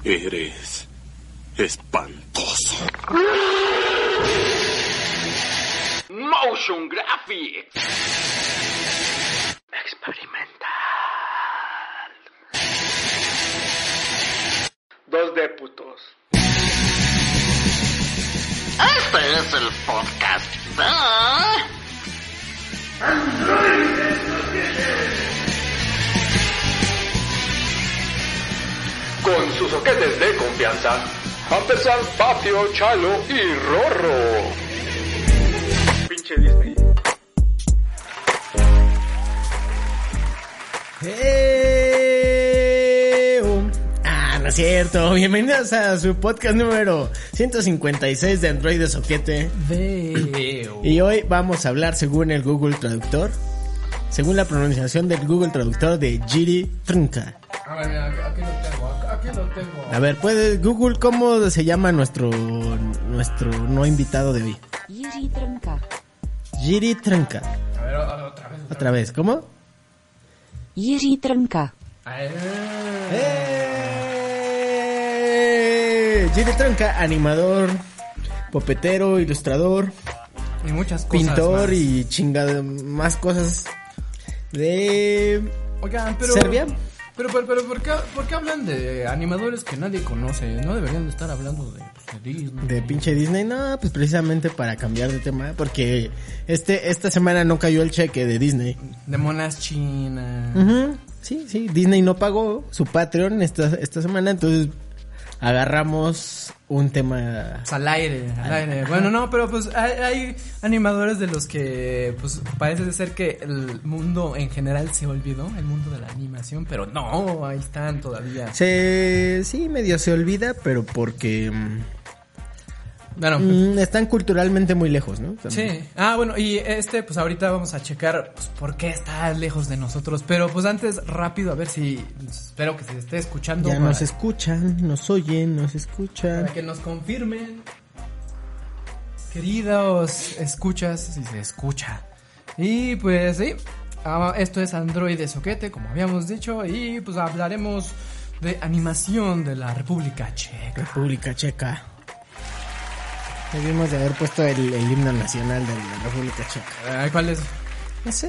Eres espantoso. Motion Graphics. Experimental. 2D putos. Este es el podcast de Con sus soquetes de confianza, a empezar Patio, Chalo y Rorro. Pinche Disney. No es cierto. Bienvenidos a su podcast número 156 de Android de Soquete. Y hoy vamos a hablar según el Google Traductor, según la pronunciación del Google Traductor, de Jiri Trnka. A ver, mira, aquí lo tengo. A ver, ¿puede Google, cómo se llama nuestro no invitado de hoy? Jiri Trnka. Jiri Trnka. A ver, Otra vez, ¿cómo? Jiri Trnka. Jiri Trnka, animador, popetero, ilustrador, Y muchas cosas pintor más. y chingada más cosas de Oigan, pero... Serbia. Pero ¿por qué hablan de animadores que nadie conoce? No deberían de estar hablando de Disney. De pinche Disney. No, pues precisamente para cambiar de tema, porque esta semana no cayó el cheque de Disney. De monas chinas. Ujú. Sí, Disney no pagó su Patreon esta semana, entonces agarramos un tema. Pues al aire. Bueno, no, pero pues hay animadores de los que pues parece ser que el mundo en general se olvidó, el mundo de la animación, pero no, ahí están todavía. Sí, medio se olvida, pero porque Bueno, están culturalmente muy lejos, ¿no? También. sí. Bueno, y pues ahorita vamos a checar pues, por qué está lejos de nosotros. Pero pues antes, rápido, a ver si... Espero que se esté escuchando. Ya nos escuchan, nos oyen, nos escuchan. Para que nos confirmen, queridos escuchas, si se escucha. Y pues sí, esto es Android de Soquete, como habíamos dicho. Y pues hablaremos de animación de la República Checa. República Checa. Debimos de haber puesto el himno nacional de la República Checa. ¿Cuál es? No sé.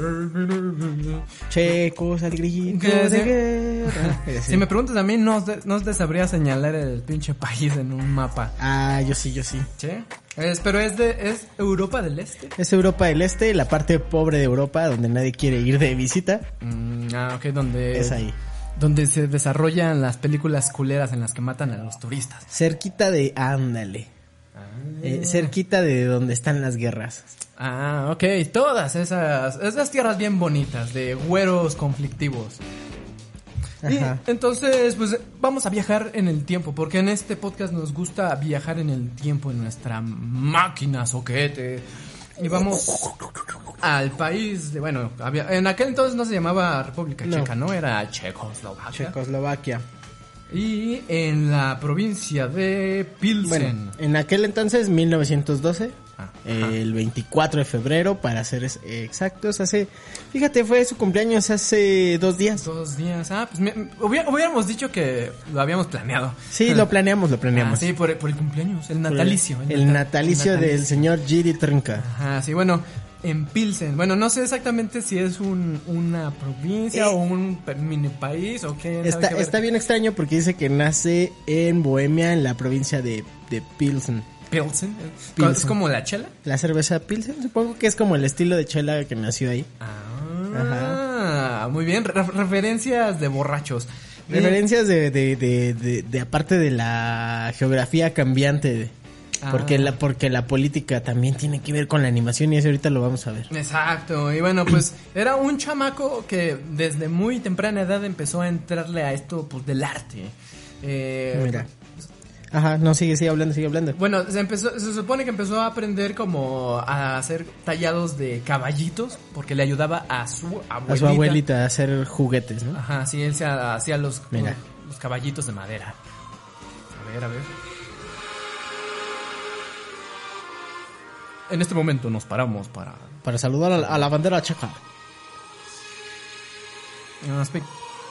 Checos al grito ¿Qué? de guerra. Si me preguntas a mí, no te sabría señalar el pinche país en un mapa. Yo sí. ¿Sí? Pero es Europa del Este. Es Europa del Este, la parte pobre de Europa, donde nadie quiere ir de visita. Ok, donde... Es ahí. Donde se desarrollan las películas culeras en las que matan a los turistas. Cerquita de... Ándale. Cerquita de donde están las guerras. Ok, todas esas tierras bien bonitas, de güeros conflictivos. Ajá. Y entonces, pues vamos a viajar en el tiempo, porque en este podcast nos gusta viajar en el tiempo en nuestra máquina Soquete. Y vamos al país de, bueno, en aquel entonces no se llamaba República Checa, ¿no? Era Checoslovaquia. Y en la provincia de Pilsen. Bueno, en aquel entonces, 1912, el 24 de febrero, para ser exactos, fíjate, fue su cumpleaños hace 2 días. 2 días, pues hubiéramos dicho que lo habíamos planeado. Sí, lo planeamos. Sí, por el cumpleaños, el natalicio. El natalicio del señor Jiri Trnka. Ajá, sí, bueno, en Pilsen. Bueno, no sé exactamente si es una provincia o un mini país o qué. Está bien extraño porque dice que nace en Bohemia, en la provincia de Pilsen. Pilsen. ¿Es como la chela? La cerveza Pilsen, supongo que es como el estilo de chela que nació ahí. Muy bien, referencias de borrachos. Referencias de aparte de la geografía cambiante. Porque la política también tiene que ver con la animación y eso ahorita lo vamos a ver. Exacto, y bueno, pues era un chamaco que desde muy temprana edad empezó a entrarle a esto pues del arte. Mira. Ajá, no, sigue hablando. Bueno, se supone que empezó a aprender como a hacer tallados de caballitos porque le ayudaba a su abuelita a hacer juguetes, ¿no? Ajá, sí, él se hacía los caballitos de madera. A ver. En este momento nos paramos para saludar a la bandera checa.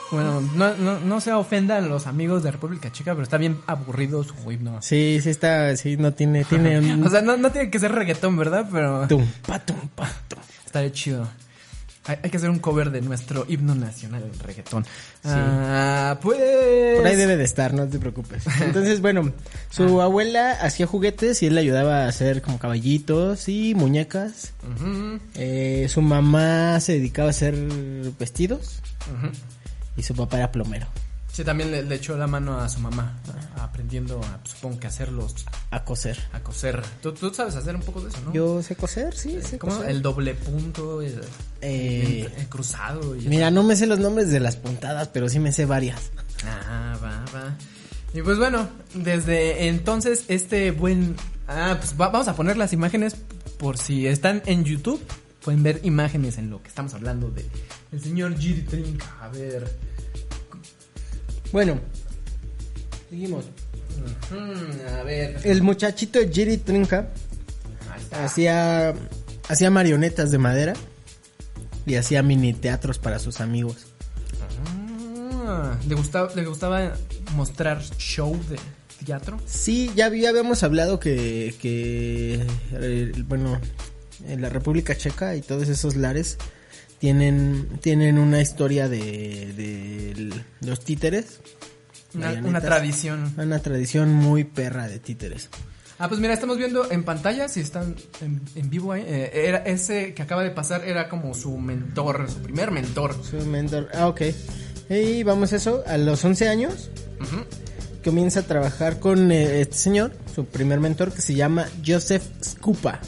Bueno, no se ofendan los amigos de República Checa, pero está bien aburrido su himno. Sí, no tiene O sea, no tiene que ser reggaetón, ¿verdad? Pero tumpa. estaría chido. Hay que hacer un cover de nuestro himno nacional, el reggaetón. Sí. Pues... Por ahí debe de estar, no te preocupes. Entonces, bueno, su abuela hacía juguetes y él le ayudaba a hacer como caballitos y muñecas. Uh-huh. Su mamá se dedicaba a hacer vestidos. Uh-huh. Y su papá era plomero. Sí, también le echó la mano a su mamá, aprendiendo, supongo que hacerlos. A coser. ¿Tú sabes hacer un poco de eso, ¿no? Yo sé coser, sí, sé ¿Cómo? coser. El doble punto, el cruzado. Mira, no me sé los nombres de las puntadas, pero sí me sé varias. Va. Y pues bueno, desde entonces pues vamos a poner las imágenes por si están en YouTube. Pueden ver imágenes en lo que estamos hablando de el señor Jiri Trinca. A ver. Bueno, seguimos. A ver. El muchachito Jiri Trinca hacía marionetas de madera y hacía mini teatros para sus amigos. ¿Le gustaba mostrar show de teatro? Sí, ya habíamos hablado que bueno, en la República Checa y todos esos lares tienen una historia de los títeres. Una tradición. Una tradición muy perra de títeres. Pues mira, estamos viendo en pantalla, si están en vivo ahí, era ese que acaba de pasar, era como su mentor, su primer mentor. Ok. Y vamos a eso, a los 11 años, uh-huh, comienza a trabajar con este señor, su primer mentor, que se llama Joseph Skupa.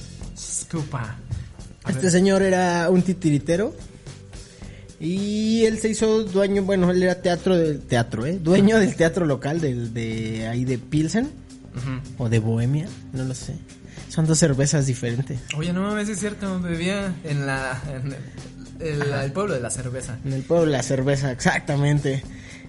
Este señor era un titiritero y él se hizo dueño, bueno, él era dueño del teatro local de ahí de Pilsen, uh-huh, o de Bohemia, no lo sé. Son dos cervezas diferentes. Oye, no mames, es cierto, vivía en el pueblo de la cerveza. En el pueblo de la cerveza, exactamente.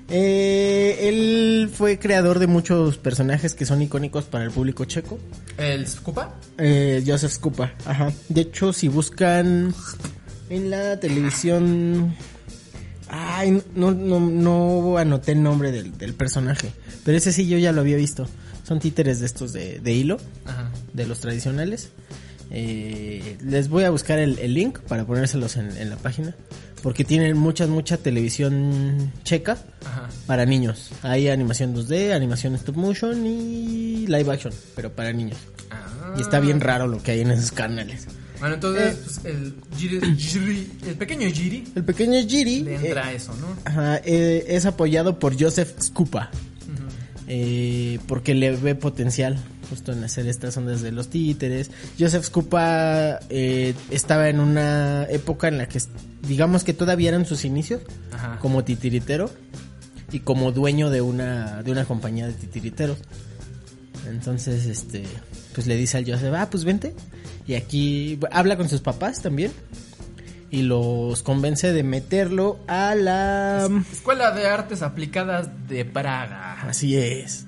Él fue creador de muchos personajes que son icónicos para el público checo. ¿El Skupa? Joseph Skupa, ajá. De hecho, si buscan en la televisión... Ay, no anoté el nombre del personaje. Pero ese sí yo ya lo había visto. Son títeres de estos de hilo, ajá, de los tradicionales. Les voy a buscar el link para ponérselos en la página, porque tienen mucha televisión checa, ajá, para niños. Hay animación 2D, animación stop motion y live action, pero para niños. Y está bien raro lo que hay en esos canales. Bueno, entonces pues, el pequeño Jiri le entra a eso, ¿no? Ajá, es apoyado por Joseph Skupa, uh-huh, porque le ve potencial justo en hacer estas ondas de los títeres. Joseph Skupa estaba en una época en la que, digamos que todavía eran sus inicios, ajá, como titiritero y como dueño de una compañía de titiriteros. Entonces, pues le dice al Joseph, pues vente. Y aquí habla con sus papás también y los convence de meterlo a la Escuela de Artes Aplicadas de Praga. Así es.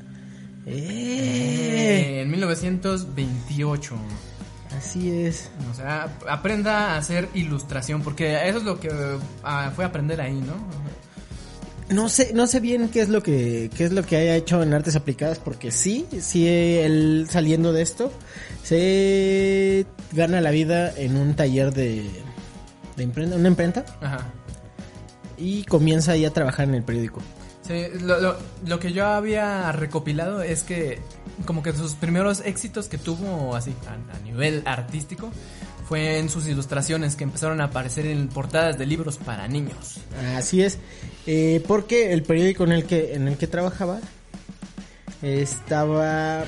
En 1928. Así es. O sea, aprenda a hacer ilustración, porque eso es lo que fue a aprender ahí, ¿no? No sé bien qué es lo que haya hecho en artes aplicadas, porque sí, él saliendo de esto se gana la vida en un taller de imprenta, una imprenta. Ajá. Y comienza ahí a trabajar en el periódico. Sí, lo que yo había recopilado es que como que sus primeros éxitos que tuvo así a nivel artístico fue en sus ilustraciones, que empezaron a aparecer en portadas de libros para niños. Así es, porque el periódico en el que trabajaba estaba...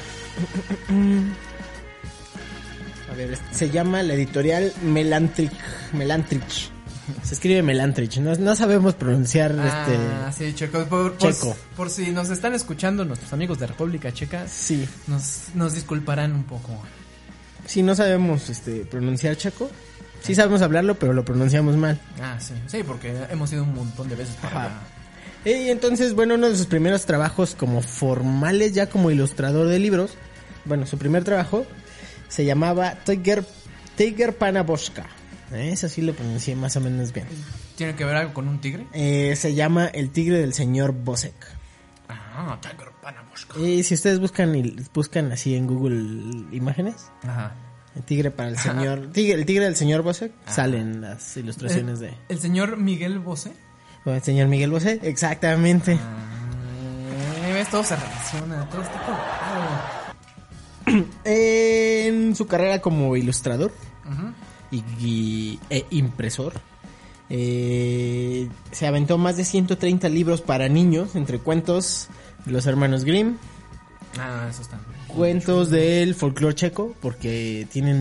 A ver, se llama la editorial Melantrich. Se escribe Melantrich, no sabemos pronunciar sí, checo. Por si nos están escuchando nuestros amigos de República Checa, sí, nos disculparán un poco. Sí, no sabemos pronunciar checo. Sí sabemos hablarlo, pero lo pronunciamos mal. Sí, porque hemos ido un montón de veces para allá. Y entonces, bueno, uno de sus primeros trabajos como formales, ya como ilustrador de libros, bueno, su primer trabajo se llamaba Tiger Panaboshka. Eso sí lo pronuncié más o menos bien. ¿Tiene que ver algo con un tigre? Se llama El tigre del señor Bosek. Ah, Tiger Panamushka. Y si ustedes buscan así en Google Imágenes, Ajá. el tigre para el señor, el tigre del señor Bosek, salen las ilustraciones de ¿El señor Miguel Bosé? el señor Miguel Bosé, exactamente. ¿Ves? Todo se relaciona, todo está conectado. En su carrera como ilustrador Ajá. e impresor, se aventó más de 130 libros para niños, entre cuentos de los hermanos Grimm, Ah, eso está. cuentos del folclore checo, porque tienen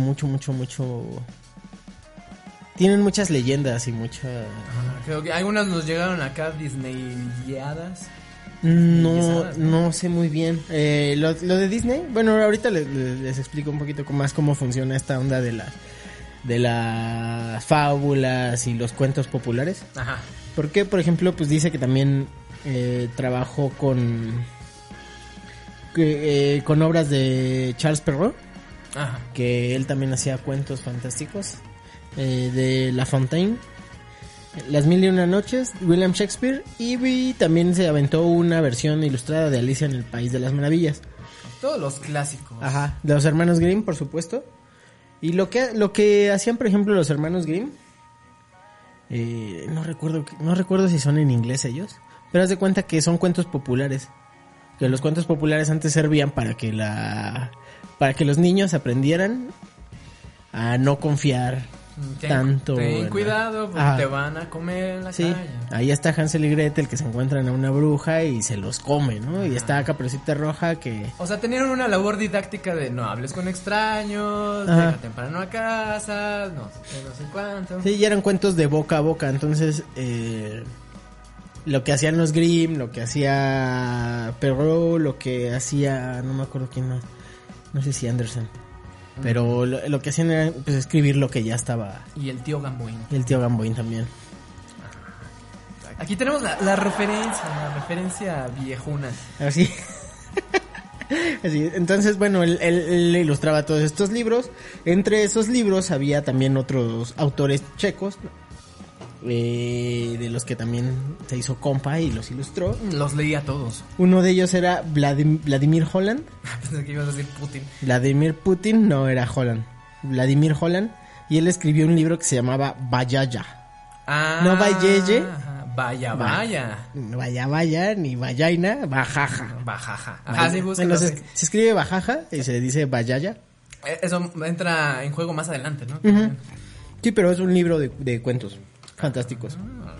tienen muchas leyendas y Creo que algunas nos llegaron acá Disneyadas. No sé muy bien. Lo de Disney, bueno, ahorita les explico un poquito más cómo funciona esta onda de las fábulas y los cuentos populares. Ajá. Porque, por ejemplo, pues dice que también trabajó con obras de Charles Perrault, Ajá. que él también hacía cuentos fantásticos, de La Fontaine, Las Mil y Una Noches, William Shakespeare, y también se aventó una versión ilustrada de Alicia en el País de las Maravillas. Todos los clásicos. Ajá, de los hermanos Grimm, por supuesto. Y lo que hacían, por ejemplo, los hermanos Grimm, no recuerdo si son en inglés ellos, pero haz de cuenta que son cuentos populares. Que los cuentos populares antes servían para que los niños aprendieran a no confiar tanto. Ten cuidado, porque te van a comer en la calle. Ahí está Hansel y Gretel, que se encuentran a una bruja y se los come, ¿no? Y está Caperucita Roja, que... O sea, tenían una labor didáctica de no hables con extraños, llega temprano a casa, no sé cuánto. Sí, y eran cuentos de boca a boca, entonces... lo que hacían los Grimm, lo que hacía Perrault, lo que hacía... No me acuerdo quién más. No sé si Anderson. Pero lo que hacían era pues escribir lo que ya estaba. Y el tío Gamboín. Y el tío Gamboín también. Aquí tenemos la referencia viejuna. Así. Así. Entonces, bueno, él ilustraba todos estos libros. Entre esos libros había también otros autores checos, de los que también se hizo compa y los ilustró. Los leía todos. Uno de ellos era Vladimir Holland. Pensé que ibas a decir Putin. Vladimir Putin no era Holland. Vladimir Holland. Y él escribió un libro que se llamaba Vayaya. No Vayeye. Vaya, ni Vayaina, Bajaja. Ajá, sí, bueno, se escribe Bajaja y se dice Vayaya. Eso entra en juego más adelante, ¿no? Uh-huh. Sí, pero es un libro de cuentos fantásticos.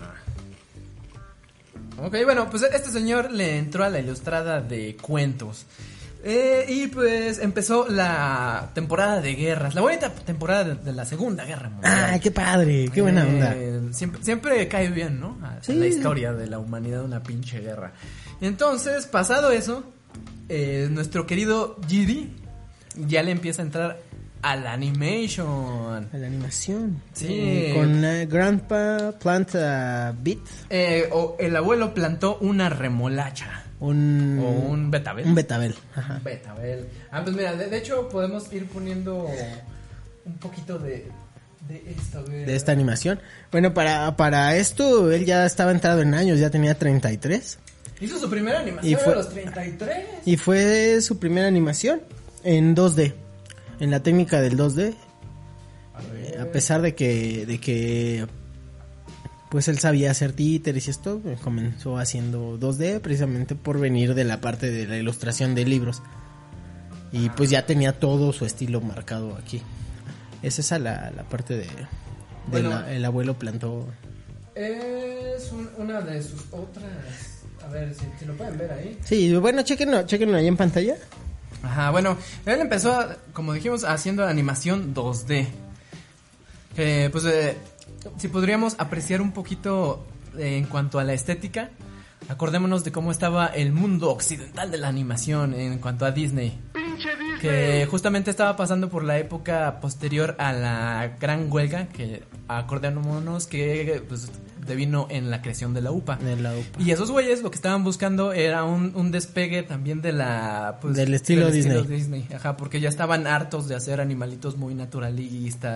Ok, bueno, pues este señor le entró a la ilustrada de cuentos. Y pues empezó la temporada de guerras, la bonita temporada de la Segunda Guerra Mundial. Ah, qué padre, qué buena onda. Siempre cae bien, ¿no? Sí. La historia de la humanidad, una pinche guerra. Entonces, pasado eso, nuestro querido Gidi ya le empieza a entrar a la animation. A la animación. Sí. Con Grandpa Plant a Beet. O el abuelo plantó una remolacha. O un betabel. Un betabel. Ajá. Betabel. Pues mira, de hecho podemos ir poniendo un poquito de esto. De esta animación. Bueno, para esto él ya estaba entrado en años, ya tenía 33. Hizo su primera animación a los 33. Y fue su primera animación en 2D. En la técnica del 2D. A pesar de que pues él sabía hacer títeres y esto, comenzó haciendo 2D precisamente por venir de la parte de la ilustración de libros. Y pues ya tenía todo su estilo marcado aquí. Es esa la parte de bueno, el abuelo plantó. Es una de sus otras. A ver si lo pueden ver ahí. Sí, bueno, chequenlo ahí en pantalla. Ajá, bueno, él empezó, como dijimos, haciendo animación 2D. Pues si podríamos apreciar un poquito en cuanto a la estética, acordémonos de cómo estaba el mundo occidental de la animación en cuanto a Disney. Que justamente estaba pasando por la época posterior a la gran huelga, que acordémonos que pues devino en la creación de la UPA. Y esos güeyes lo que estaban buscando era un despegue también de la pues, del estilo Disney. Ajá, porque ya estaban hartos de hacer animalitos muy naturalistas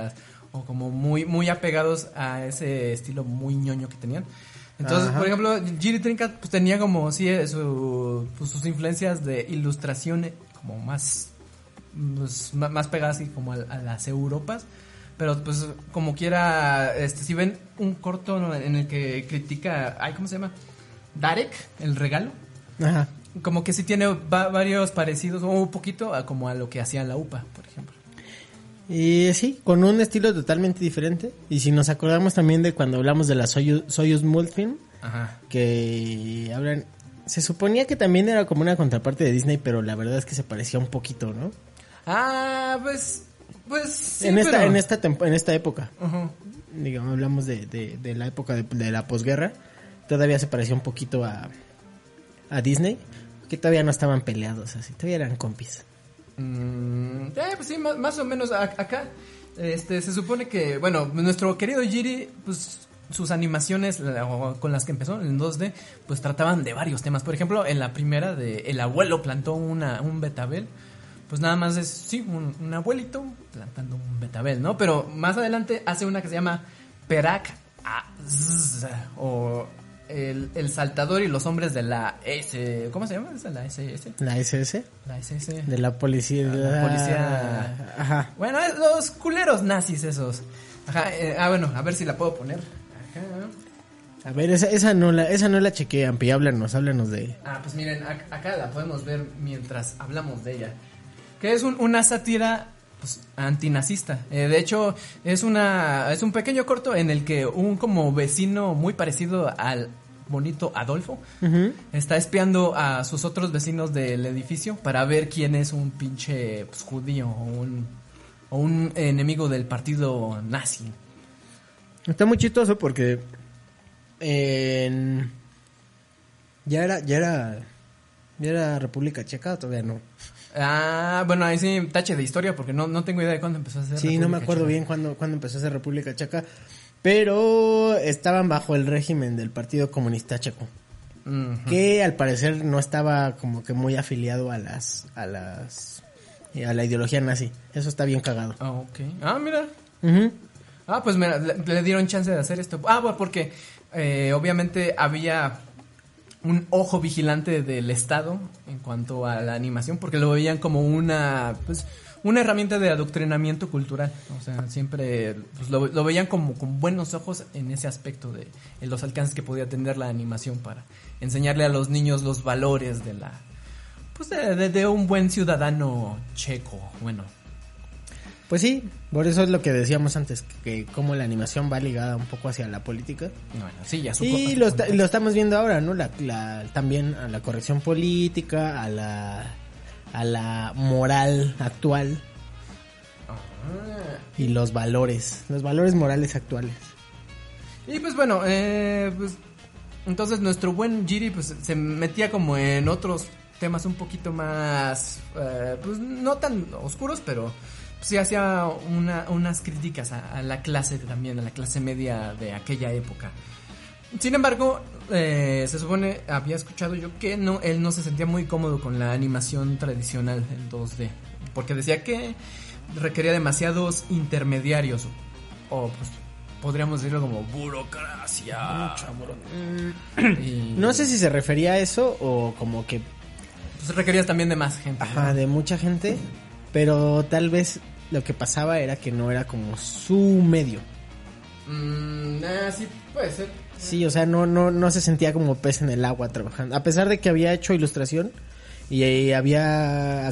o como muy apegados a ese estilo muy ñoño que tenían. Entonces, por ejemplo, Jiri Trinca pues tenía como sí sus influencias de ilustración como más pegadas así como a las Europas, pero pues como quiera, si ven un corto en el que critica, ¿cómo se llama? Darek, el regalo. Ajá. Como que sí tiene varios parecidos, o un poquito como a lo que hacía la UPA, por ejemplo. Y sí, con un estilo totalmente diferente. Y si nos acordamos también de cuando hablamos de la Soyuz Multfilm, Ajá. que hablan... Se suponía que también era como una contraparte de Disney, pero la verdad es que se parecía un poquito, ¿no? Pues sí, en pero... en esta época. Ajá. Digamos, hablamos de la época de la posguerra. Todavía se parecía un poquito a Disney, que todavía no estaban peleados así, todavía eran compis. Pues sí, más o menos acá se supone que, bueno, nuestro querido Jiri, pues sus animaciones con las que empezó en 2D, pues trataban de varios temas. Por ejemplo, en la primera de El abuelo plantó un betabel, pues nada más es, sí, un abuelito plantando un betabel, ¿no? Pero más adelante hace una que se llama Perak o el saltador y los hombres de la S... ¿Cómo se llama? ¿Es la SS? ¿La SS? La SS. De la policía. La policía... Ajá. Bueno, los culeros nazis esos. Ajá, bueno, a ver si la puedo poner. Acá. A ver, esa no la chequeé, Ampi, háblanos de... Pues miren, acá la podemos ver mientras hablamos de ella. Que es una sátira... pues antinazista. De hecho, es un pequeño corto en el que un como vecino muy parecido al bonito Adolfo está espiando a sus otros vecinos del edificio para ver quién es un pinche pues, judío o un enemigo del partido nazi. Está muy chistoso porque ya era República Checa, ¿o todavía no? Bueno, ahí sí, tache de historia porque no tengo idea de cuándo empezó a ser Sí, República no me acuerdo Checa. bien cuándo empezó a ser República Checa, pero estaban bajo el régimen del Partido Comunista Checo, que al parecer no estaba como que muy afiliado a la ideología nazi. Eso está bien cagado. Ok. Mira. Uh-huh. Pues mira, le dieron chance de hacer esto. Bueno, porque obviamente había un ojo vigilante del Estado en cuanto a la animación, porque lo veían como una herramienta de adoctrinamiento cultural. O sea, siempre pues, lo veían como con buenos ojos en ese aspecto de en los alcances que podía tener la animación para enseñarle a los niños los valores de la pues de un buen ciudadano checo. Bueno, pues sí, por eso es lo que decíamos antes, que como la animación va ligada un poco hacia la política. bueno, sí, ya Y lo estamos viendo ahora, ¿no? También a la corrección política, a la moral actual y los valores morales actuales. Y pues bueno, pues entonces nuestro buen Jiri pues se metía como en otros temas un poquito más, pues no tan oscuros, pero sí hacía unas críticas a la clase también, a la clase media de aquella época. Sin embargo, se supone, había escuchado yo que él no se sentía muy cómodo con la animación tradicional en 2D, porque decía que requería demasiados intermediarios, o pues podríamos decirlo como burocracia. No sé si se refería a eso o como que pues requerías también de más gente. Ajá, ¿no? de mucha gente, pero tal vez lo que pasaba era que no era como su medio. Sí, puede ser. Sí, o sea, no se sentía como pez en el agua trabajando. A pesar de que había hecho ilustración y había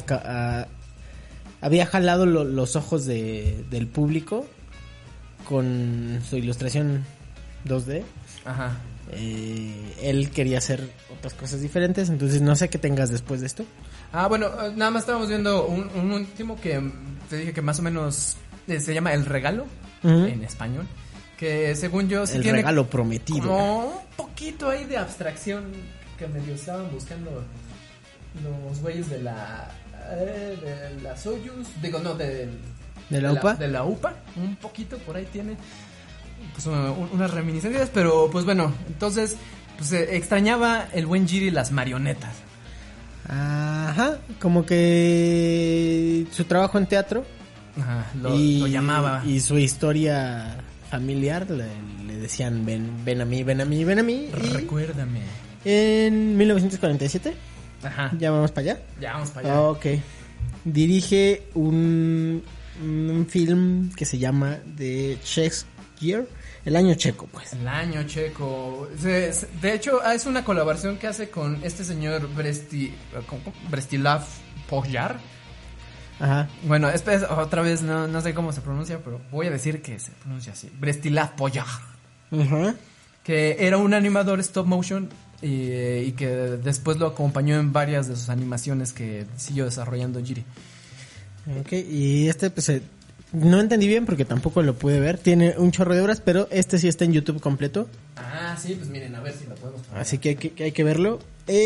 jalado los ojos del público con su ilustración 2D. Ajá. Él quería hacer otras cosas diferentes, entonces no sé qué tengas después de esto. Bueno, nada más estábamos viendo un último que te dije que más o menos se llama El Regalo, en español, que según yo sí El tiene regalo prometido. como un poquito ahí de abstracción que medio estaban buscando los güeyes de la Soyuz, digo no, ¿De la UPA? De la UPA, un poquito por ahí tiene pues unas reminiscencias, pero pues bueno, entonces pues extrañaba el buen Jiri las marionetas. Ajá, como que su trabajo en teatro Ajá, lo llamaba. Y su historia familiar le decían ven a mí. Recuérdame. En 1947. Ajá. ¿Ya vamos para allá? Ya vamos para allá. Ok. Dirige un film que se llama The Czech Year, el año checo, pues. El año checo. De hecho, es una colaboración que hace con este señor Brestislav Pojar. Ajá. Bueno, otra vez no sé cómo se pronuncia, pero voy a decir que se pronuncia así. Brestislav Pojar. Ajá. Que era un animador stop motion y que después lo acompañó en varias de sus animaciones que siguió desarrollando Jiri. Ok, y pues no entendí bien porque tampoco lo pude ver. Tiene un chorro de horas, pero este sí está en YouTube completo. Ah, sí, pues miren, a ver si lo podemos poner. Así que hay que verlo.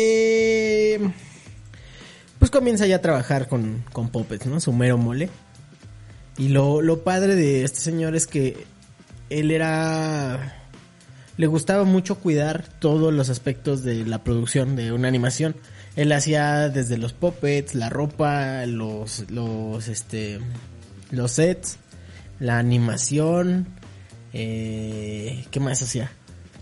Pues comienza ya a trabajar con puppets, ¿no? Su mero mole. Y lo padre de este señor es que él le gustaba mucho cuidar todos los aspectos de la producción de una animación. Él hacía desde los puppets, la ropa, los sets, la animación, ¿qué más hacía?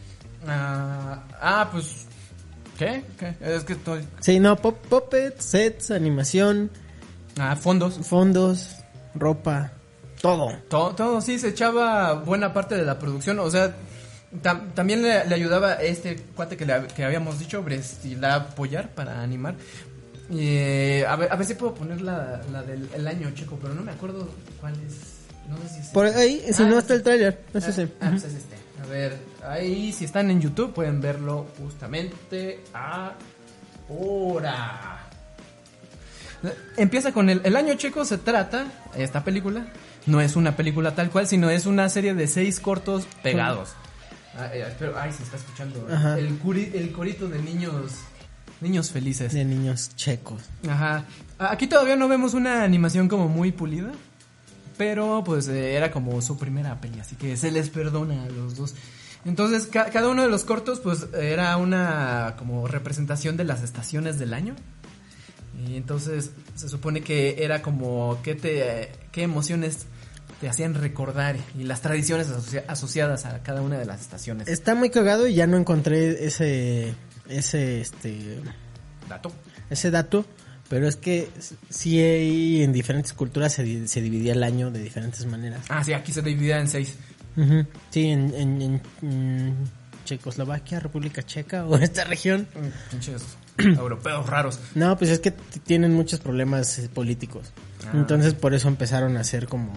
Pues ¿qué? Es que estoy... Sí, no, puppets, sets, animación, fondos, ropa, todo, sí, se echaba buena parte de la producción, o sea, también le ayudaba este cuate que habíamos dicho, Brestislav Pojar, para animar. A ver si puedo poner la del año checo, pero no me acuerdo cuál es. No sé si es por ahí, si no está el tráiler. Pues es este. A ver, ahí si están en YouTube pueden verlo justamente ahora. Empieza con el año checo. Se trata, esta película no es una película tal cual, sino es una serie de 6 cortos pegados. Pero, se está escuchando el corito de niños felices. De niños checos. Ajá. Aquí todavía no vemos una animación como muy pulida, pero pues era como su primera peli, así que se les perdona a los dos. Entonces cada uno de los cortos pues era una como representación de las estaciones del año. Y entonces se supone que era como qué emociones te hacían recordar y las tradiciones asociadas a cada una de las estaciones. Está muy cagado y ya no encontré ese dato, pero es que sí en diferentes culturas se dividía el año de diferentes maneras. Sí, aquí se dividía en 6. Uh-huh. Sí, en Checoslovaquia, República Checa o esta región. Pinches europeos raros. No, pues es que tienen muchos problemas políticos. Entonces por eso empezaron a hacer como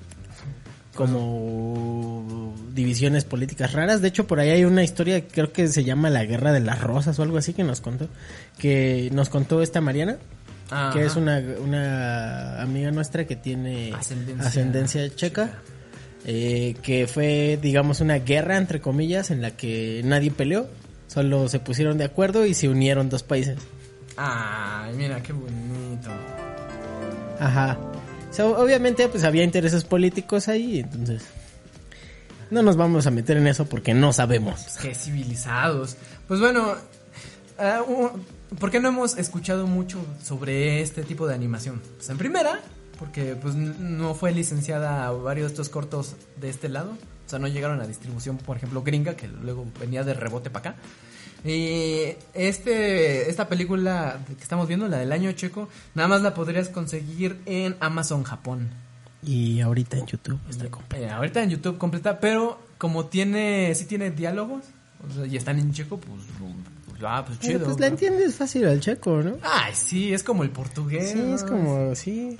divisiones políticas raras. De hecho, por ahí hay una historia, creo que se llama La Guerra de las Rosas o algo así, que nos contó esta Mariana. Ajá. Que es una amiga nuestra que tiene ascendencia checa. Que fue, digamos, una guerra, entre comillas, en la que nadie peleó, solo se pusieron de acuerdo y se unieron 2 países. Ay, mira, qué bonito. Ajá. O sea, obviamente pues había intereses políticos ahí, entonces no nos vamos a meter en eso porque no sabemos. Pues qué civilizados. Pues bueno, ¿por qué no hemos escuchado mucho sobre este tipo de animación? Pues en primera, porque pues no fue licenciada a varios de estos cortos de este lado. O sea, no llegaron a distribución, por ejemplo, gringa, que luego venía de rebote para acá. Y esta película que estamos viendo, la del año checo, nada más la podrías conseguir en Amazon Japón. Y ahorita en YouTube está completa. Ahorita en YouTube completa, pero como sí tiene diálogos, o sea, y están en checo, pues chido. Pues la entiendes fácil al checo, ¿no? Ay, sí, es como el portugués. Sí, ¿no? Es como, sí.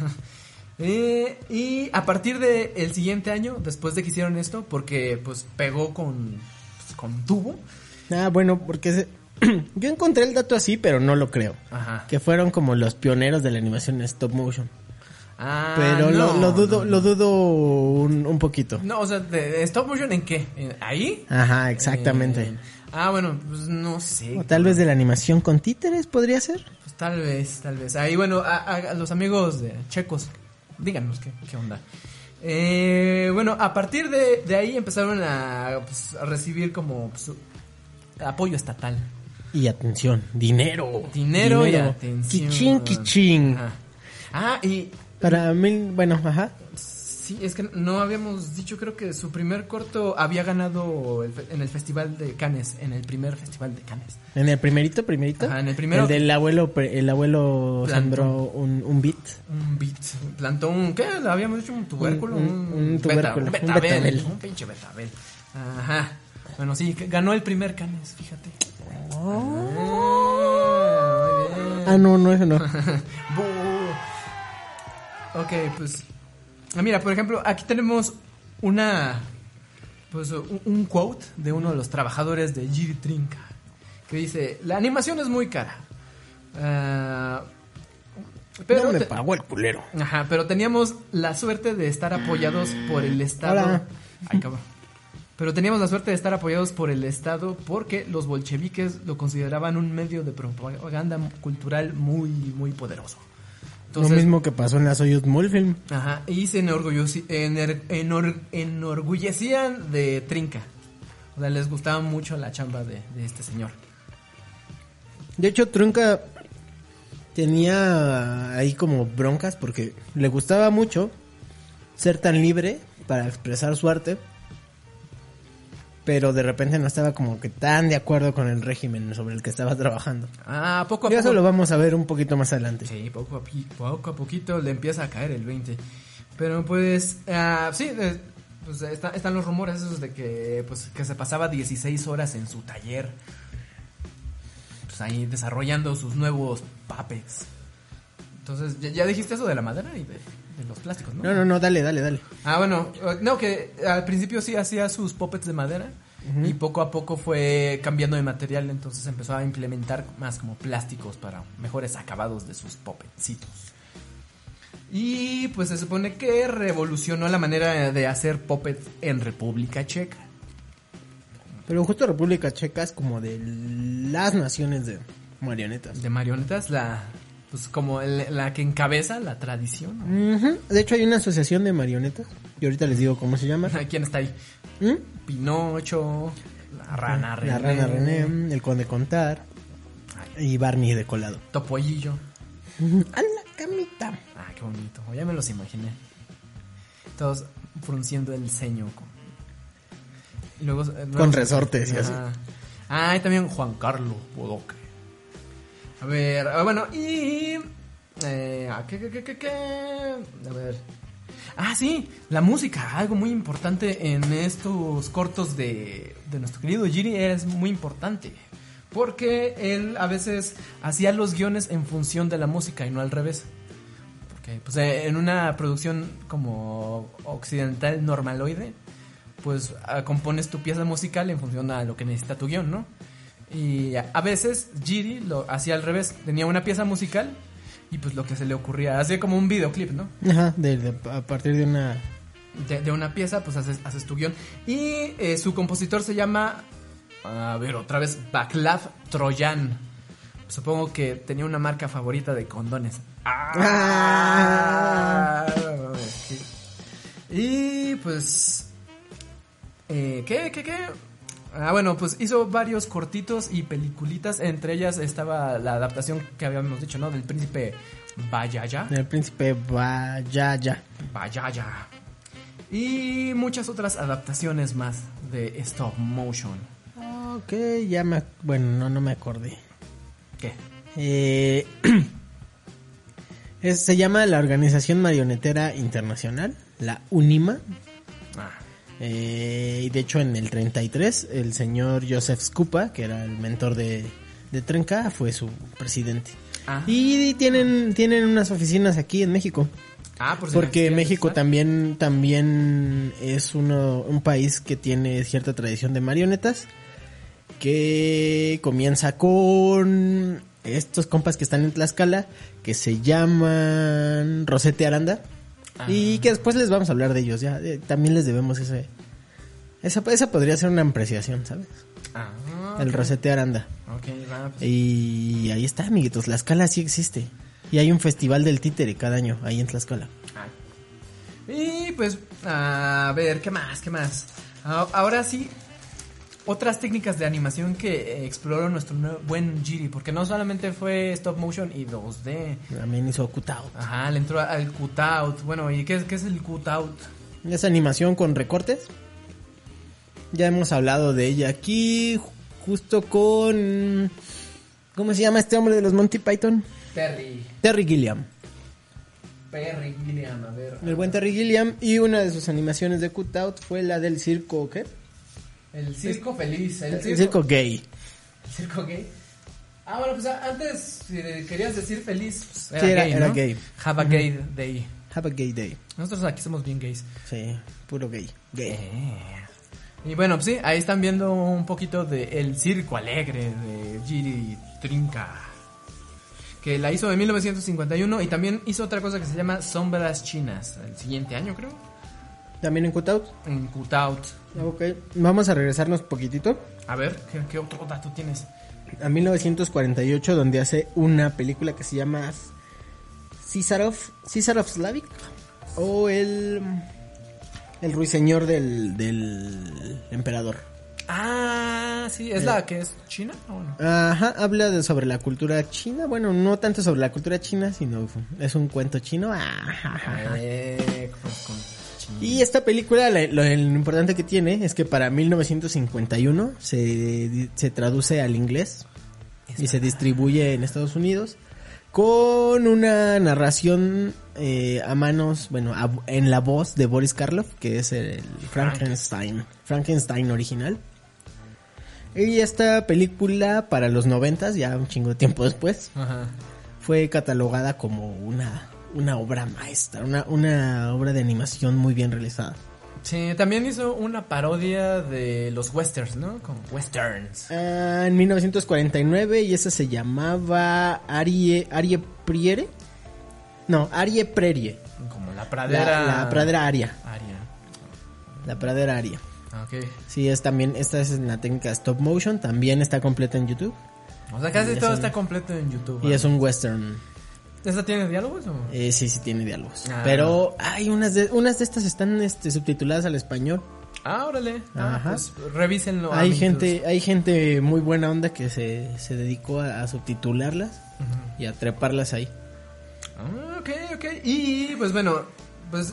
Y a partir del siguiente año, después de que hicieron esto, porque pues pegó con tubo. Bueno, porque yo encontré el dato así, pero no lo creo. Ajá. Que fueron como los pioneros de la animación stop motion. Pero lo dudo un poquito. No, o sea, ¿de stop motion en qué? ¿Ahí? Ajá, exactamente. Bueno, pues no sé. O tal vez de la animación con títeres podría ser. Pues tal vez. Ahí, bueno, a los amigos de checos, díganos qué onda. Bueno, a partir de ahí empezaron a recibir como apoyo estatal. Y atención, dinero y atención. Kichín. Y Para mí, bueno, ajá. Sí, es que no habíamos dicho, creo que su primer corto había ganado en el Festival de Cannes, en el primer Festival de Cannes. En el primerito. Ajá, en el primero. El del abuelo, el abuelo sembró un beat. Un beat. Plantó un, ¿qué? ¿Le habíamos dicho? Un tubérculo. Un tubérculo. Un betabel. Un pinche betabel. Ajá. Bueno, sí, ganó el primer Cannes, fíjate. No, eso no. Ok, pues... Mira, por ejemplo, aquí tenemos un quote de uno de los trabajadores de Jiri Trinca, que dice: la animación es muy cara. Pero no me pagó el culero. Ajá, pero teníamos la suerte de estar apoyados por el Estado. Hola. Ay, cabrón. Pero teníamos la suerte de estar apoyados por el Estado porque los bolcheviques lo consideraban un medio de propaganda cultural muy, muy poderoso. Entonces, lo mismo que pasó en la Soyuz Mulfilm. Ajá, y se enorgullecían de Trinca. O sea, les gustaba mucho la chamba de este señor. De hecho, Trinca tenía ahí como broncas porque le gustaba mucho ser tan libre para expresar su arte, pero de repente no estaba como que tan de acuerdo con el régimen sobre el que estaba trabajando. Ah, poco a y poco. eso lo vamos a ver un poquito más adelante. Sí, poco a poquito le empieza a caer el 20. Pero pues, sí, pues están los rumores esos de que, pues, que se pasaba 16 horas en su taller, pues ahí desarrollando sus nuevos puppets. Entonces, ya dijiste eso de la madera y de los plásticos, ¿no? No, dale. Ah, bueno, no, que al principio sí hacía sus puppets de madera. Uh-huh. Y poco a poco fue cambiando de material, entonces empezó a implementar más como plásticos para mejores acabados de sus puppetcitos. Y pues se supone que revolucionó la manera de hacer puppets en República Checa. Pero justo República Checa es como de las naciones de marionetas. De marionetas, pues como la que encabeza la tradición, ¿no? Uh-huh. De hecho hay una asociación de marionetas y ahorita les digo cómo se llama. ¿Quién está ahí? Pinocho, la rana René. La rana René, el conde Contar y Barney de colado. Topollillo. A la camita. Ah, qué bonito, ya me los imaginé. Todos frunciendo el ceño. Y luego, con resortes y así. Ah, y también Juan Carlos Bodoque. A ver, bueno, y... ¿qué? A ver... Ah, sí, la música, algo muy importante en estos cortos de nuestro querido Jiri es muy importante. Porque él a veces hacía los guiones en función de la música y no al revés. Porque pues en una producción como occidental normaloide, pues compones tu pieza musical en función a lo que necesita tu guión, ¿no? Y a veces Jiri lo hacía al revés, tenía una pieza musical y pues lo que se le ocurría, hacía como un videoclip, ¿no? Ajá, a partir de una... De una pieza, pues haces tu guión. Y su compositor se llama, a ver, otra vez, Václav Troyan. Supongo que tenía una marca favorita de condones. Y pues... ¿Qué? Ah, bueno, pues hizo varios cortitos y peliculitas. Entre ellas estaba la adaptación que habíamos dicho, ¿no? Del príncipe Bayaya. Del príncipe Bayaya. Y muchas otras adaptaciones más de stop motion. Ok, bueno, no me acordé. ¿Qué? Se llama la Organización Marionetera Internacional, la UNIMA. Y de hecho en el 33 el señor Joseph Scupa, que era el mentor de Trinca, fue su presidente. Y tienen unas oficinas aquí en México. Porque México también es un país que tiene cierta tradición de marionetas, que comienza con estos compas que están en Tlaxcala, que se llaman Rosete Aranda. Y que después les vamos a hablar de ellos, ya. También les debemos esa podría ser una apreciación, ¿sabes? Okay. El Rosete Aranda. Okay, pues. Y ahí está, amiguitos, Tlaxcala sí existe. Y hay un festival del títere cada año ahí en Tlaxcala. Y pues, a ver, ¿qué más? Ahora sí, otras técnicas de animación que exploró nuestro buen Giri, porque no solamente fue stop motion y 2D. También hizo cutout. Ajá, le entró al cutout. Bueno, ¿y qué es el cutout? Es animación con recortes. Ya hemos hablado de ella aquí, justo con... ¿Cómo se llama este hombre de los Monty Python? Terry Gilliam. Perry Gilliam, a ver. El buen Terry Gilliam. Y una de sus animaciones de cutout fue la del circo, ¿qué? El circo feliz. El circo gay. ¿El circo gay? Ah, bueno, pues antes, si querías decir feliz, pues era Sí, gay, era ¿no? gay. Have a gay day. Have a gay day. Nosotros aquí somos bien gays. Sí, puro gay. Gay. Y bueno, pues sí, ahí están viendo un poquito de El Circo Alegre de Giri Trinca, que la hizo en 1951 y también hizo otra cosa que se llama Sombras Chinas, el siguiente año creo. ¿También en cutout? En cutout. Ok, vamos a regresarnos poquito A ver, ¿qué otro dato tienes? a 1948, donde hace una película que se llama Caesar of Slavic, o el ruiseñor del emperador. Ah, sí, ¿es la que es china o no? Ajá, habla sobre la cultura china. Bueno, no tanto sobre la cultura china, sino es un cuento chino. Y esta película, lo importante que tiene es que para 1951 se traduce al inglés y se distribuye en Estados Unidos con una narración a manos, bueno, en la voz de Boris Karloff, que es el Frankenstein original. Y esta película para los 90s, ya un chingo de tiempo después, Ajá. fue catalogada como una obra maestra, una obra de animación muy bien realizada. Sí, también hizo una parodia de los westerns, ¿no? Como westerns. En 1949, y esa se llamaba Arie Priere. No, Arie Prerie. Como la pradera. La pradera aria. La pradera aria. Ok. Sí, esta es la técnica stop motion, también está completa en YouTube. O sea, casi Y todo es está completo en YouTube. Y es un western. ¿Esta tiene diálogos o...? Sí tiene diálogos. Ah. Pero hay unas de estas están subtituladas al español. Ah, órale. Ajá. Pues revísenlo. Hay amigos. gente muy buena onda que se dedicó a subtitularlas y a treparlas ahí. Ah, ok. Y pues bueno, pues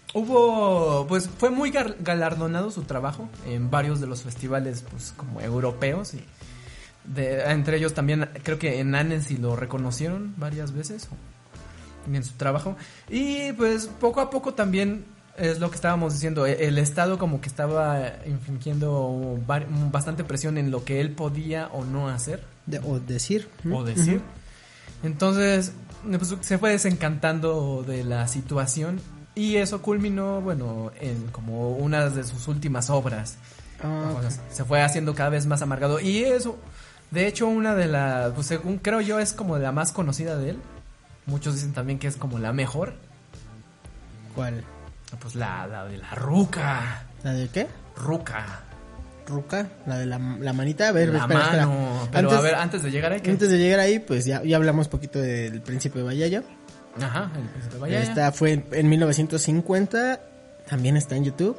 fue muy galardonado su trabajo en varios de los festivales, pues como europeos, y entre ellos también creo que en Annecy lo reconocieron varias veces en su trabajo. Y pues poco a poco también es lo que estábamos diciendo, el Estado como que estaba infringiendo bastante presión en lo que él podía o no hacer O decir. o decir. Entonces pues, se fue desencantando de la situación y eso culminó, bueno, en como una de sus últimas obras. O sea, se fue haciendo cada vez más amargado y eso, de hecho, una de las, pues según creo yo, es como la más conocida de él. Muchos dicen también que es como la mejor. ¿Cuál? Pues la de la ruca. ¿La de qué? Ruca. ¿Ruca? ¿La de la manita? A ver, La espera. mano. Pero a ver, antes de llegar ahí, ¿qué? Antes de llegar ahí, pues ya hablamos poquito del Príncipe Bayaya. Ajá, el príncipe Bayaya. Esta fue en 1950. También está en YouTube.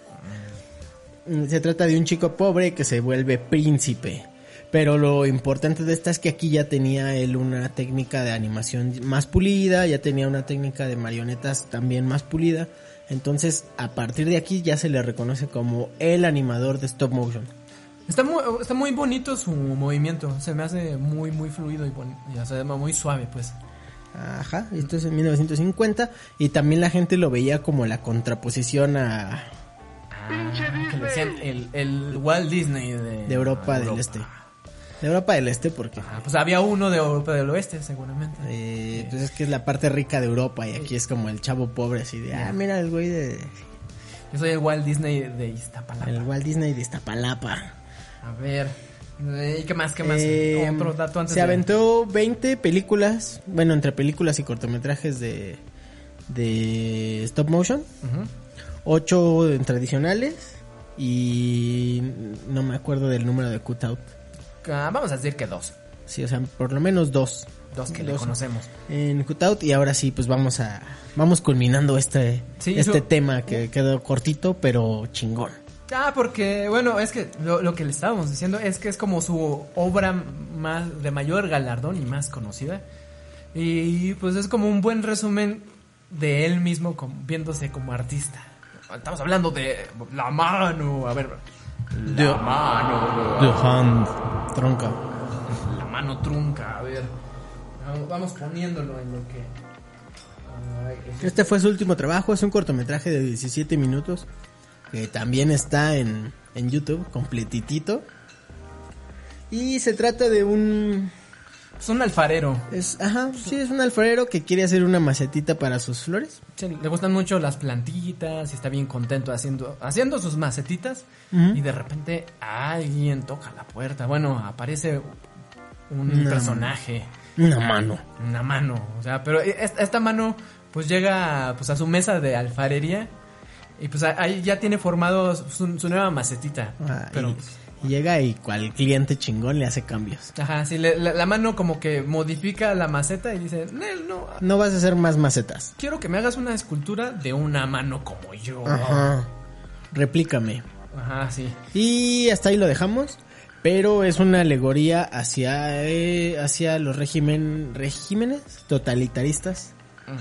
Se trata de un chico pobre que se vuelve príncipe. Pero lo importante de esta es que aquí ya tenía él una técnica de animación más pulida, ya tenía una técnica de marionetas también más pulida. Entonces, a partir de aquí ya se le reconoce como el animador de stop motion. Está muy bonito su movimiento, se me hace muy fluido y bonito, o sea, muy suave, pues. Ajá, esto es en 1950 y también la gente lo veía como la contraposición a Que le decían el Walt Disney de Europa del Este. De Europa del Este porque Pues había uno de Europa del Oeste, seguramente. pues es que es la parte rica de Europa y aquí es como el chavo pobre así de, mira el güey de... Yo soy el Walt Disney de Iztapalapa. El Walt Disney de Iztapalapa. A ver, ¿y qué más? Otro dato antes se aventó 20 películas, bueno, entre películas y cortometrajes de stop motion. 8 tradicionales y no me acuerdo del número de cutout. Vamos a decir que 2. Sí, o sea, por lo menos 2. 2 que le conocemos. En cutout y ahora sí, pues vamos culminando este tema que quedó cortito pero chingón. Porque, bueno, es que lo que le estábamos diciendo es que es como su obra más de mayor galardón y más conocida. Y pues es como un buen resumen de él mismo viéndose como artista. Estamos hablando de la mano, a ver. La mano. The hand. Tronca. La mano trunca, a ver. Vamos poniéndolo en lo que... Este fue su último trabajo, es un cortometraje de 17 minutos que también está en YouTube, completitito. Y se trata de un... Es un alfarero. Es un alfarero que quiere hacer una macetita para sus flores. Sí, le gustan mucho las plantitas y está bien contento haciendo sus macetitas. Y de repente alguien toca la puerta. Bueno, aparece un personaje. Una mano. Una mano, o sea, pero esta mano pues llega pues a su mesa de alfarería y pues ahí ya tiene formado su nueva macetita. Pero y llega y cual cliente chingón le hace cambios. Ajá, sí, la mano como que modifica la maceta y dice, no vas a hacer más macetas. Quiero que me hagas una escultura de una mano como yo. Ajá. Replícame. Ajá, sí. Y hasta ahí lo dejamos. Pero es una alegoría hacia los regímenes totalitaristas.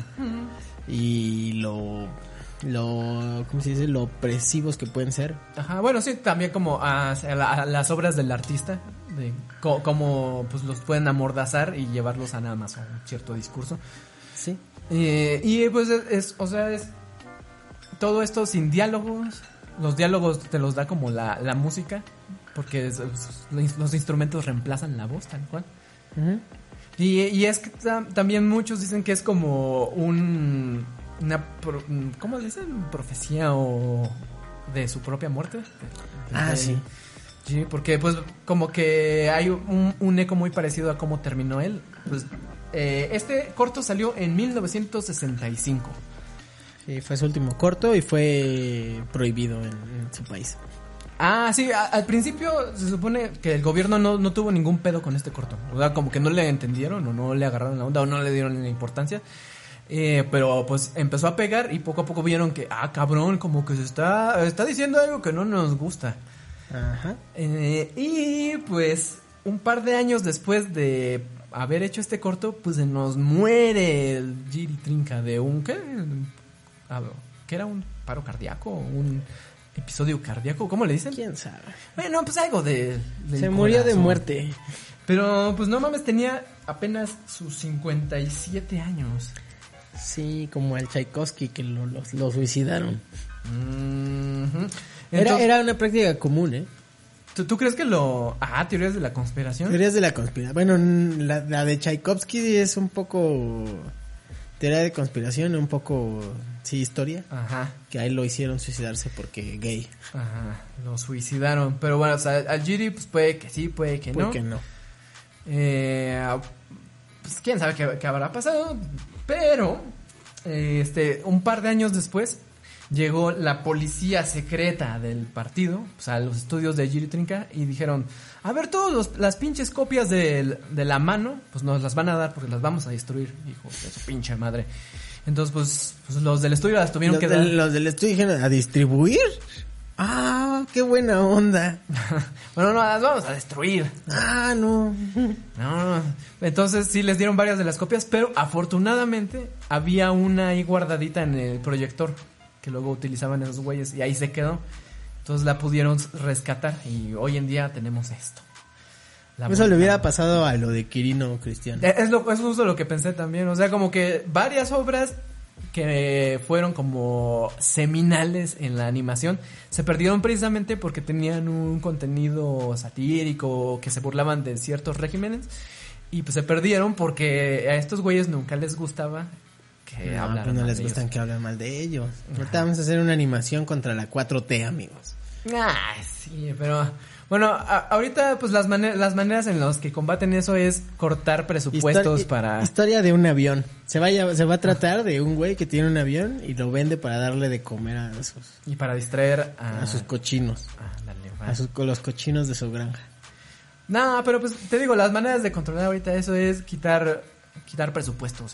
Y lo ¿cómo se dice? Lo opresivos que pueden ser. Ajá, bueno, sí, también como a las obras del artista, de cómo pues los pueden amordazar y llevarlos a nada más a un cierto discurso. Sí. Y pues es todo esto sin diálogos. Los diálogos te los da como la música, porque los instrumentos reemplazan la voz tal cual. Uh-huh. Y es que también muchos dicen que es como una ¿cómo dicen? Profecía o de su propia muerte. Sí. Sí, porque pues como que hay un eco muy parecido a cómo terminó él. Pues este corto salió en 1965. Sí, fue su último corto y fue prohibido en su país. Sí, al principio se supone que el gobierno no tuvo ningún pedo con este corto. O sea, como que no le entendieron o no le agarraron la onda o no le dieron la importancia. Pero pues empezó a pegar y poco a poco vieron que, cabrón, como que se está diciendo algo que no nos gusta. Ajá. Y pues un par de años después de haber hecho este corto, pues se nos muere el Jiri Trinca de un... ¿Qué era? ¿Un paro cardíaco? ¿Un episodio cardíaco? ¿Cómo le dicen? ¿Quién sabe? Bueno, pues algo de se murió de muerte. Pero pues no mames, tenía apenas sus 57 años. Sí, como el Tchaikovsky que lo suicidaron. Uh-huh. Era una práctica común, ¿eh? ¿Tú crees que teorías de la conspiración? Teorías de la conspiración. Bueno, la de Tchaikovsky es un poco... teoría de conspiración, un poco... sí, historia. Ajá. Que a él lo hicieron suicidarse porque gay. Ajá, lo suicidaron. Pero bueno, o sea, al Jiri pues puede que sí, puede que no. Puede que no. Pues quién sabe qué habrá pasado. Pero, un par de años después, llegó la policía secreta del partido, pues a los estudios de Jiri Trinca, y dijeron, a ver, las pinches copias de la mano, pues nos las van a dar porque las vamos a destruir, hijo de su pinche madre. Entonces, pues los del estudio las tuvieron que dar. Los del estudio dijeron, ¿a distribuir? Qué buena onda. Bueno, no, las vamos a destruir. No. No. Entonces sí les dieron varias de las copias, pero afortunadamente había una ahí guardadita en el proyector que luego utilizaban esos güeyes y ahí se quedó. Entonces la pudieron rescatar y hoy en día tenemos esto. Eso le hubiera pasado a lo de Quirino Cristiano. Es justo lo que pensé también. O sea, como que varias obras que fueron como seminales en la animación se perdieron precisamente porque tenían un contenido satírico, que se burlaban de ciertos regímenes, y pues se perdieron porque a estos güeyes nunca les gustaba que hablaran pues no mal les de gustan ellos. Que hablen mal de ellos. Ahorita vamos a hacer una animación contra la 4T, amigos. Sí, pero bueno, ahorita pues las maneras en las que combaten eso es cortar presupuestos para... Historia de un avión. Se va a tratar de un güey que tiene un avión y lo vende para darle de comer a esos... Y para distraer a sus cochinos. Los cochinos de su granja. No, pero pues te digo, las maneras de controlar ahorita eso es quitar presupuestos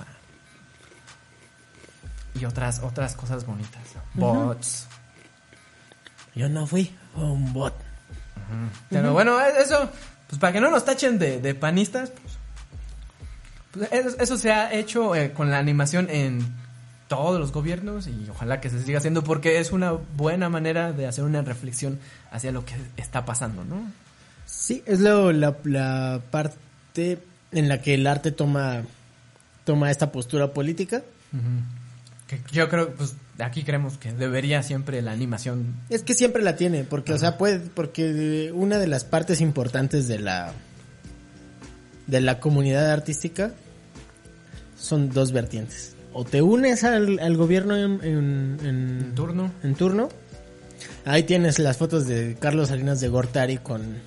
y otras cosas bonitas. Bots. Yo no fui, fue un bot. Pero bueno, eso, pues para que no nos tachen de panistas, pues eso se ha hecho con la animación en todos los gobiernos y ojalá que se siga haciendo porque es una buena manera de hacer una reflexión hacia lo que está pasando, ¿no? Sí, es la parte en la que el arte toma esta postura política. Que yo creo, pues aquí creemos que debería siempre la animación. Es que siempre la tiene, porque, o sea, porque una de las partes importantes de la comunidad artística son dos vertientes. O te unes al gobierno en turno. Ahí tienes las fotos de Carlos Salinas de Gortari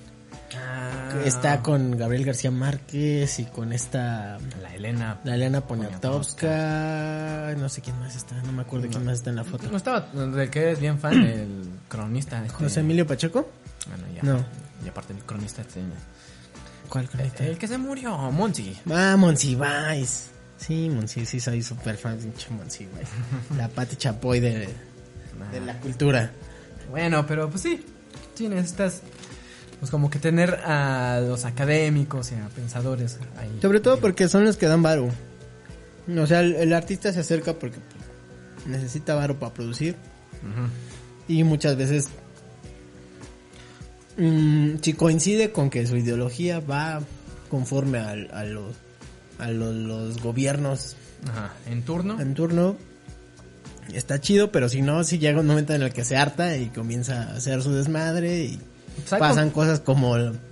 está con Gabriel García Márquez y con esta la Elena Poniatowska, no sé quién más está, no me acuerdo quién más está en la foto. No estaba, del que eres bien fan, el cronista José Emilio Pacheco. Bueno, ya. No. Y aparte el cronista ¿Cuál cronista? El que se murió, Monsi. Monsiváis. Sí, Monsi, sí soy súper fan de Monsiváis. La Pati Chapoy de la cultura. Bueno, pero pues sí, necesitas pues como que tener a los académicos y a pensadores ahí. Sobre todo porque son los que dan varo. O sea, el artista se acerca porque necesita varo para producir. Y muchas veces si coincide con que su ideología va conforme a los gobiernos en turno, está chido, pero si no, si llega un momento en el que se harta y comienza a hacer su desmadre y pasan cosas como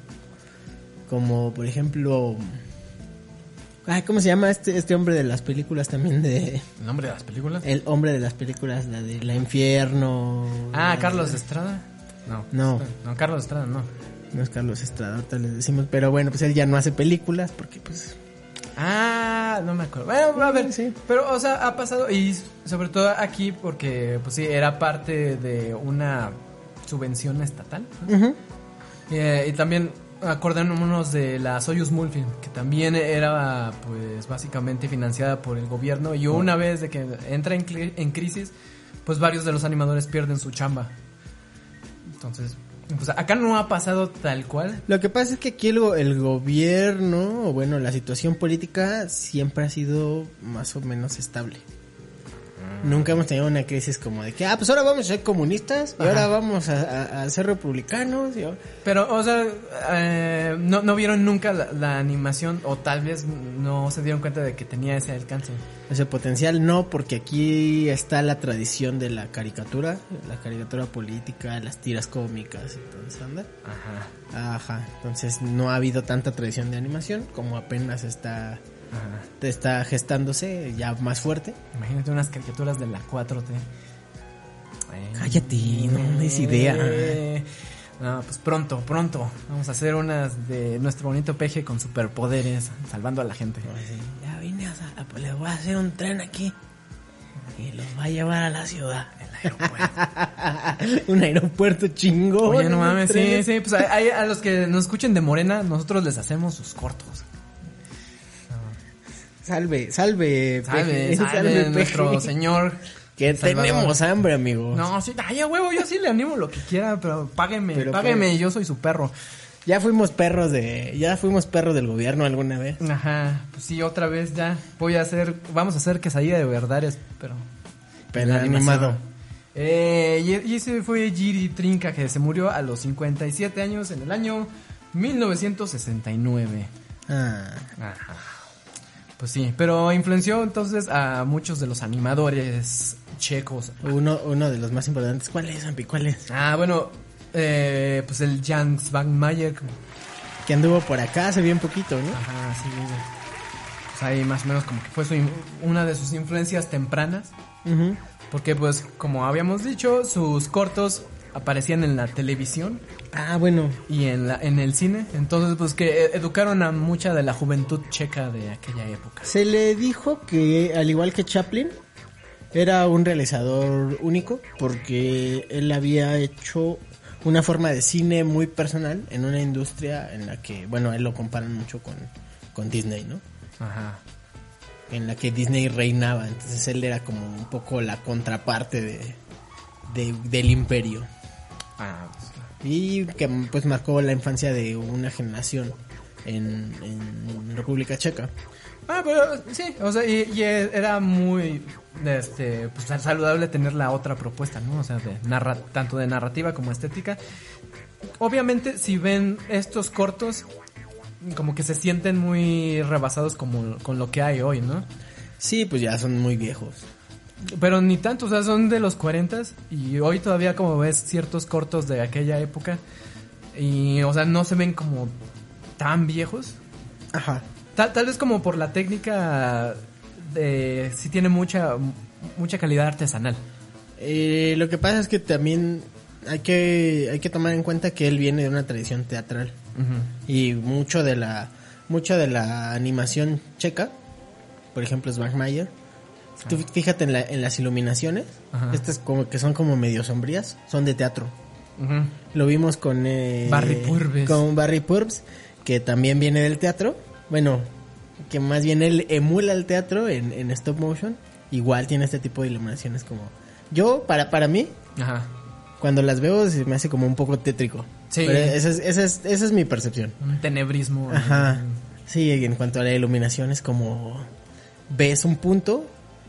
por ejemplo, ¿cómo se llama este hombre de las películas también de? ¿El hombre de las películas? El hombre de las películas, la de La Infierno. Carlos Estrada. No, Carlos Estrada no. No es Carlos Estrada, ahorita les decimos, pero bueno, pues él ya no hace películas porque pues no me acuerdo. Bueno, a ver, sí. Pero, o sea, ha pasado, y sobre todo aquí, porque, pues sí, era parte de una subvención estatal. Y también acordémonos de la Soyuz Mulfilm, que también era, pues, básicamente financiada por el gobierno. Y una vez de que entra en crisis, pues varios de los animadores pierden su chamba. Entonces, pues acá no ha pasado tal cual. Lo que pasa es que aquí el gobierno, o bueno, la situación política siempre ha sido más o menos estable. Nunca hemos tenido una crisis como de que, pues ahora vamos a ser comunistas y ahora vamos a ser republicanos. Pero, o sea, no vieron nunca la animación, o tal vez no se dieron cuenta de que tenía ese alcance. Ese potencial no, porque aquí está la tradición de la caricatura política, las tiras cómicas y todo eso, ¿anda? Ajá. Entonces no ha habido tanta tradición de animación, como apenas está gestándose ya más fuerte. Imagínate unas caricaturas de la 4T. Cállate, no es idea. No, pues pronto vamos a hacer unas de nuestro bonito peje con superpoderes, salvando a la gente. Ya vine les voy a hacer un tren aquí y los va a llevar a la ciudad. El aeropuerto. Un aeropuerto chingón. Oye, no mames, sí, pues a los que nos escuchen de Morena, nosotros les hacemos sus cortos. Salve, nuestro señor. Que Salvador. Tenemos hambre, amigo. No, sí, a huevo, yo sí le animo lo que quiera, pero págueme, yo soy su perro. Ya fuimos perros del gobierno alguna vez. Ajá, pues sí, otra vez ya vamos a hacer quesadilla de verdades, pero animado. Y ese fue Jiri Trinca, que se murió a los 57 años en el año 1969. Ajá. Pues sí, pero influenció entonces a muchos de los animadores checos. Uno de los más importantes. ¿Cuál es, Ampi? ¿Cuál es? Bueno, pues el Jan Svankmajer. Que anduvo por acá hace bien poquito, ¿no? Ajá, sí. Pues ahí más o menos como que fue una de sus influencias tempranas. Porque pues, como habíamos dicho, sus cortos aparecían en la televisión. Bueno. Y en el cine. Entonces, pues que educaron a mucha de la juventud checa de aquella época. Se le dijo que, al igual que Chaplin, era un realizador único, porque él había hecho una forma de cine muy personal en una industria en la que, bueno, él lo comparan mucho con Disney, ¿no? Ajá. En la que Disney reinaba. Entonces él era como un poco la contraparte del imperio. Y que pues marcó la infancia de una generación en República Checa. Pero sí, o sea, y era muy pues saludable tener la otra propuesta, ¿no? O sea, tanto de narrativa como estética. Obviamente, si ven estos cortos, como que se sienten muy rebasados con lo que hay hoy, ¿no? Sí, pues ya son muy viejos. Pero ni tanto, o sea, son de los 40s y hoy todavía como ves ciertos cortos de aquella época y, o sea, no se ven como tan viejos. Ajá. Tal vez como por la técnica sí tiene mucha calidad artesanal. Lo que pasa es que también hay que tomar en cuenta que él viene de una tradición teatral. Uh-huh. Y mucho de la animación checa, por ejemplo, Svankmajer. Tú fíjate en las iluminaciones, uh-huh. Estas como que son como medio sombrías, son de teatro. Uh-huh. Lo vimos con Barry Purves. Con Barry Purves, que también viene del teatro. Bueno, que más bien él emula el teatro en stop motion. Igual tiene este tipo de iluminaciones como... Yo, para mí, ajá, cuando las veo se me hace como un poco tétrico. Sí. Pero esa es mi percepción. Un tenebrismo. Ajá. Sí, en cuanto a la iluminación es como... Ves un punto...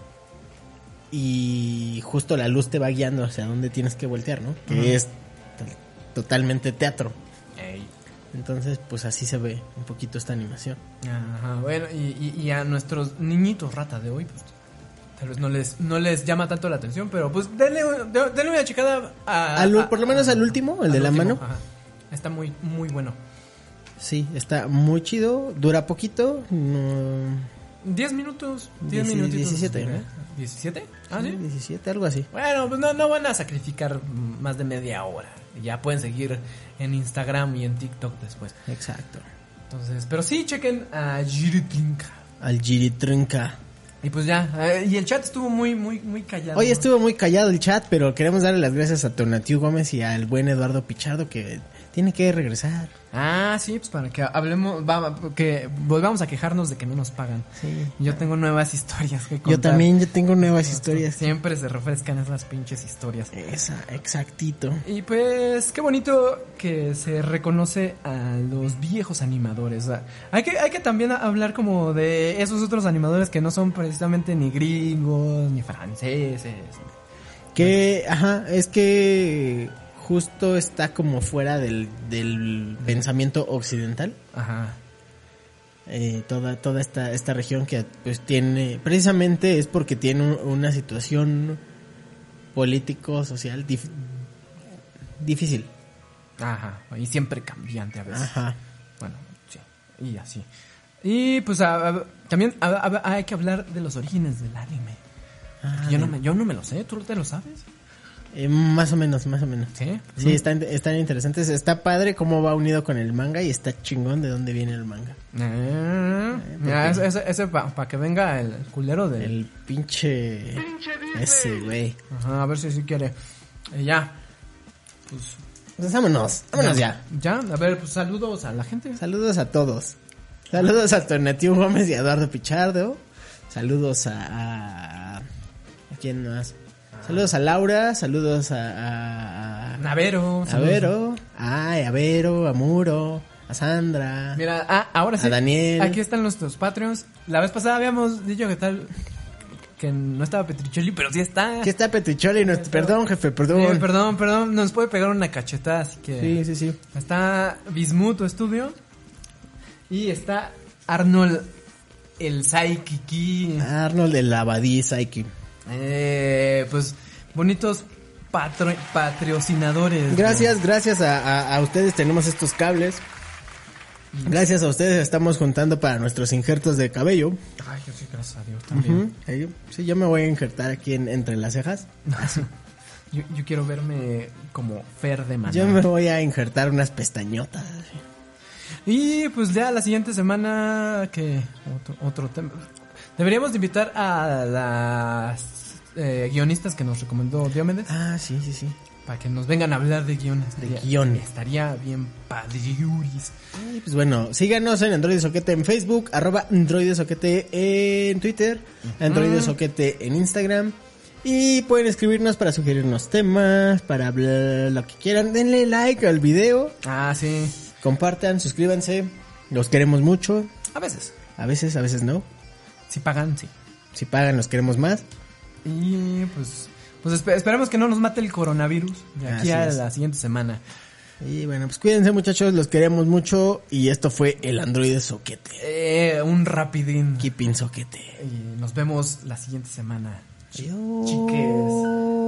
Y justo la luz te va guiando hacia dónde tienes que voltear, ¿no? Que uh-huh. Es totalmente teatro. Ey. Entonces, pues así se ve un poquito esta animación. Ajá, bueno, y a nuestros niñitos rata de hoy, pues tal vez no les llama tanto la atención, pero pues denle una checada por lo menos al último, el de la mano. Ajá. Está muy, muy bueno. Sí, está muy chido, dura poquito, no... 10 minutos, 10 minutitos. 17, ¿no? ¿17? Ah, sí. 17, algo así. Bueno, pues no van a sacrificar más de media hora. Ya pueden seguir en Instagram y en TikTok después. Exacto. Entonces, pero sí, chequen a Jiritrinka. Al Jiritrinka. Y pues ya, y el chat estuvo muy, muy, muy callado. Hoy estuvo muy callado el chat, pero queremos darle las gracias a Tonatiu Gómez y al buen Eduardo Pichardo que tiene que regresar. Ah, sí, pues para que hablemos, que volvamos a quejarnos de que no nos pagan. Sí. Yo tengo nuevas historias que contar. Yo también, tengo nuevas historias. Siempre se refrescan esas pinches historias. Exactito. Y pues, qué bonito que se reconoce a los viejos animadores. O sea, hay que también hablar como de esos otros animadores que no son precisamente ni gringos, ni franceses. Que, ajá, es que... Justo está como fuera del pensamiento occidental. Ajá. Toda esta región que pues tiene... Precisamente es porque tiene una situación político-social difícil. Ajá. Y siempre cambiante a veces. Ajá. Bueno, sí. Y así. Y pues también hay que hablar de los orígenes del anime. Yo no me lo sé. ¿Tú te lo sabes? Más o menos. ¿Sí? Sí, están interesantes. Está padre cómo va unido con el manga y está chingón de dónde viene el manga. Ese para que venga el culero de... El pinche ese, güey. Ajá, a ver si quiere. Ya. Pues vámonos ya. Ya, a ver, pues saludos a la gente. Saludos a todos. Saludos a Tonatiu Gómez y a Eduardo Pichardo. Saludos a ¿quién más? Saludos a Laura, saludos a Vero. A Vero, a Vero, a Muro, a Sandra. Mira, ahora sí. A Daniel. Aquí están nuestros Patreons. La vez pasada habíamos dicho que no estaba Petricholi, pero sí está. Sí está Petricholi, perdón, jefe, perdón. Sí, perdón, nos puede pegar una cachetada, así que... Sí. Está Bismuto Studio y está Arnold el Saikiki. Arnold el Abadí Saiki. Pues bonitos patrocinadores. Gracias a ustedes tenemos estos cables. Gracias a ustedes estamos juntando para nuestros injertos de cabello. Ay, sí, gracias a Dios también. Uh-huh. Sí, yo me voy a injertar aquí entre las cejas. yo quiero verme como Fer de Maná. Yo me voy a injertar unas pestañotas. Y pues ya la siguiente semana que otro tema. Deberíamos de invitar a las guionistas que nos recomendó Diomedes. Ah, sí. Para que nos vengan a hablar de guiones. Guiones. Estaría bien padriuris. Pues bueno, síganos en Androides Oquete en Facebook, @Androides Oquete en Twitter, Androides Oquete en Instagram. Y pueden escribirnos para sugerirnos temas, para hablar lo que quieran. Denle like al video. Ah, sí. Compartan, suscríbanse. Los queremos mucho. A veces. A veces no. Si pagan, sí. Si pagan, los queremos más. Y pues esperemos que no nos mate el coronavirus de aquí a la siguiente semana. Y bueno, pues cuídense muchachos, los queremos mucho. Y esto fue el Androide Soquete. Un rapidín. Keeping Soquete. Y nos vemos la siguiente semana. Adiós. Chiques.